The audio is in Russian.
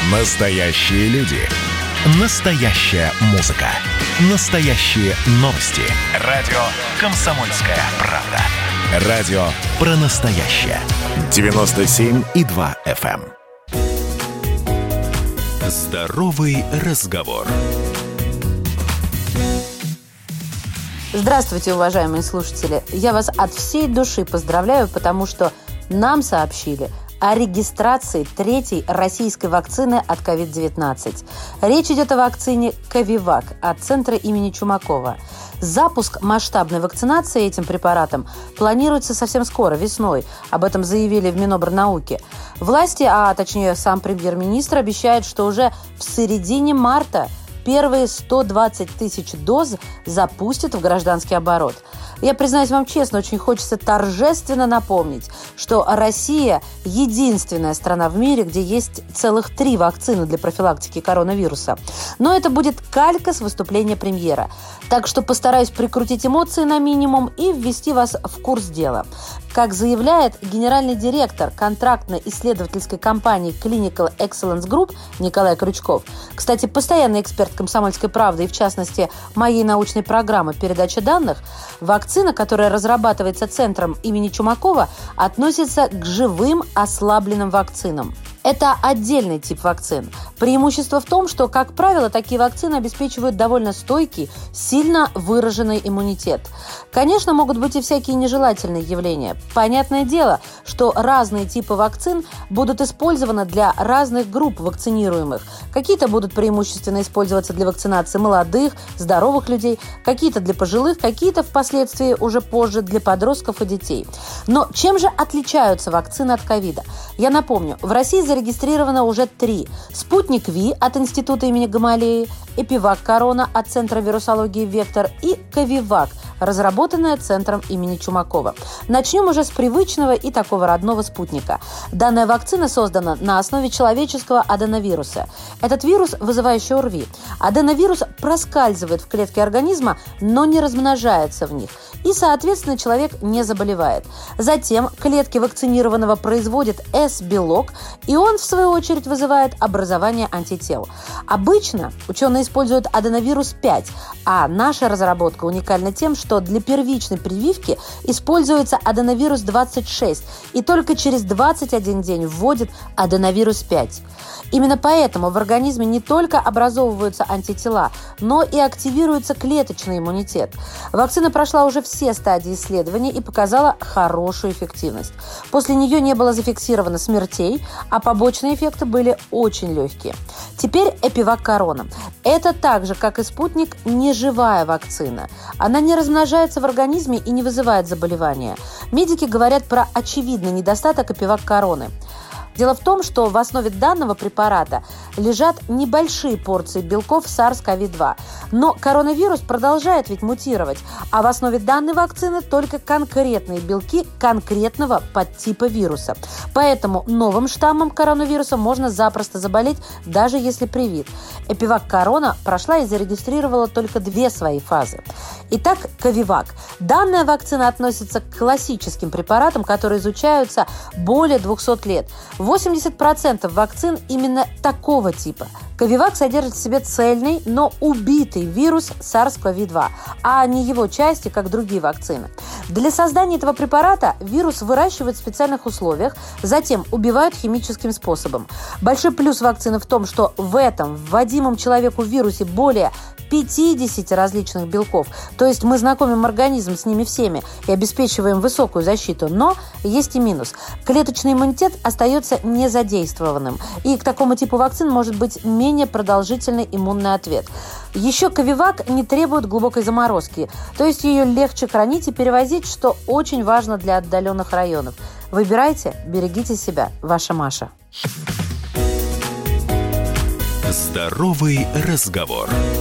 Настоящие люди. Настоящая музыка. Настоящие новости. Радио «Комсомольская правда». Радио про настоящее. 97,2 FM. Здоровый разговор. Здравствуйте, уважаемые слушатели. Я вас от всей души поздравляю, потому что нам сообщили о регистрации третьей российской вакцины от COVID-19. Речь идет о вакцине «Ковивак» от центра имени Чумакова. Запуск масштабной вакцинации этим препаратом планируется совсем скоро, весной. Об этом заявили в Минобрнауки. Власти, а точнее сам премьер-министр, обещает, что уже в середине марта первые 120 тысяч доз запустят в гражданский оборот. Я, признаюсь вам честно, очень хочется торжественно напомнить, что Россия – единственная страна в мире, где есть целых 3 вакцины для профилактики коронавируса. Но это будет калька с выступления премьера. Так что постараюсь прикрутить эмоции на минимум и ввести вас в курс дела. Как заявляет генеральный директор контрактно-исследовательской компании Clinical Excellence Group Николай Крючков, кстати, постоянный эксперт «Комсомольской правды» и, в частности, моей научной программы «Передача данных», вакцина, которая разрабатывается центром имени Чумакова, относится к живым ослабленным вакцинам. Это отдельный тип вакцин. Преимущество в том, что, как правило, такие вакцины обеспечивают довольно стойкий, сильно выраженный иммунитет. Конечно, могут быть и всякие нежелательные явления. Понятное дело, что разные типы вакцин будут использованы для разных групп вакцинируемых. Какие-то будут преимущественно использоваться для вакцинации молодых, здоровых людей, какие-то для пожилых, какие-то впоследствии уже позже для подростков и детей. Но чем же отличаются вакцины от ковида? Я напомню, в России зарегистрировано уже 3. Спутник Ви от Института имени Гамалеи, Эпивак Корона от Центра вирусологии Вектор и Ковивак, разработанная центром имени Чумакова. Начнем уже с привычного и такого родного спутника. Данная вакцина создана на основе человеческого аденовируса. Этот вирус, вызывающий ОРВИ. Аденовирус проскальзывает в клетки организма, но не размножается в них. И, соответственно, человек не заболевает. Затем клетки вакцинированного производят S-белок, и он, в свою очередь, вызывает образование антител. Обычно ученые используют аденовирус 5, а наша разработка уникальна тем, что для первичной прививки используется аденовирус 26, и только через 21 день вводят аденовирус 5. Именно поэтому в организме не только образовываются антитела, но и активируется клеточный иммунитет. Вакцина прошла уже все стадии исследований и показала хорошую эффективность. После нее не было зафиксировано смертей, а побочные эффекты были очень легкие. Теперь Эпивак Корона. Это так же, как и спутник, неживая вакцина. Она не размножается в организме и не вызывает заболевания. Медики говорят про очевидный недостаток Эпивак Короны. Дело в том, что в основе данного препарата лежат небольшие порции белков SARS-CoV-2. Но коронавирус продолжает ведь мутировать, а в основе данной вакцины только конкретные белки конкретного подтипа вируса. Поэтому новым штаммом коронавируса можно запросто заболеть, даже если привит. Эпивак Корона прошла и зарегистрировала только 2 свои фазы. Итак, Ковивак. Данная вакцина относится к классическим препаратам, которые изучаются более 200 лет. 80% вакцин именно такого типа. Ковивак содержит в себе цельный, но убитый вирус SARS-CoV-2, а не его части, как другие вакцины. Для создания этого препарата вирус выращивают в специальных условиях, затем убивают химическим способом. Большой плюс вакцины в том, что в этом вводимом человеку вирусе более 50 различных белков. То есть мы знакомим организм с ними всеми и обеспечиваем высокую защиту. Но есть и минус. Клеточный иммунитет остается незадействованным. И к такому типу вакцин может быть менее продолжительный иммунный ответ. Еще Ковивак не требует глубокой заморозки. То есть ее легче хранить и перевозить, что очень важно для отдаленных районов. Выбирайте, берегите себя. Ваша Маша. Здоровый разговор.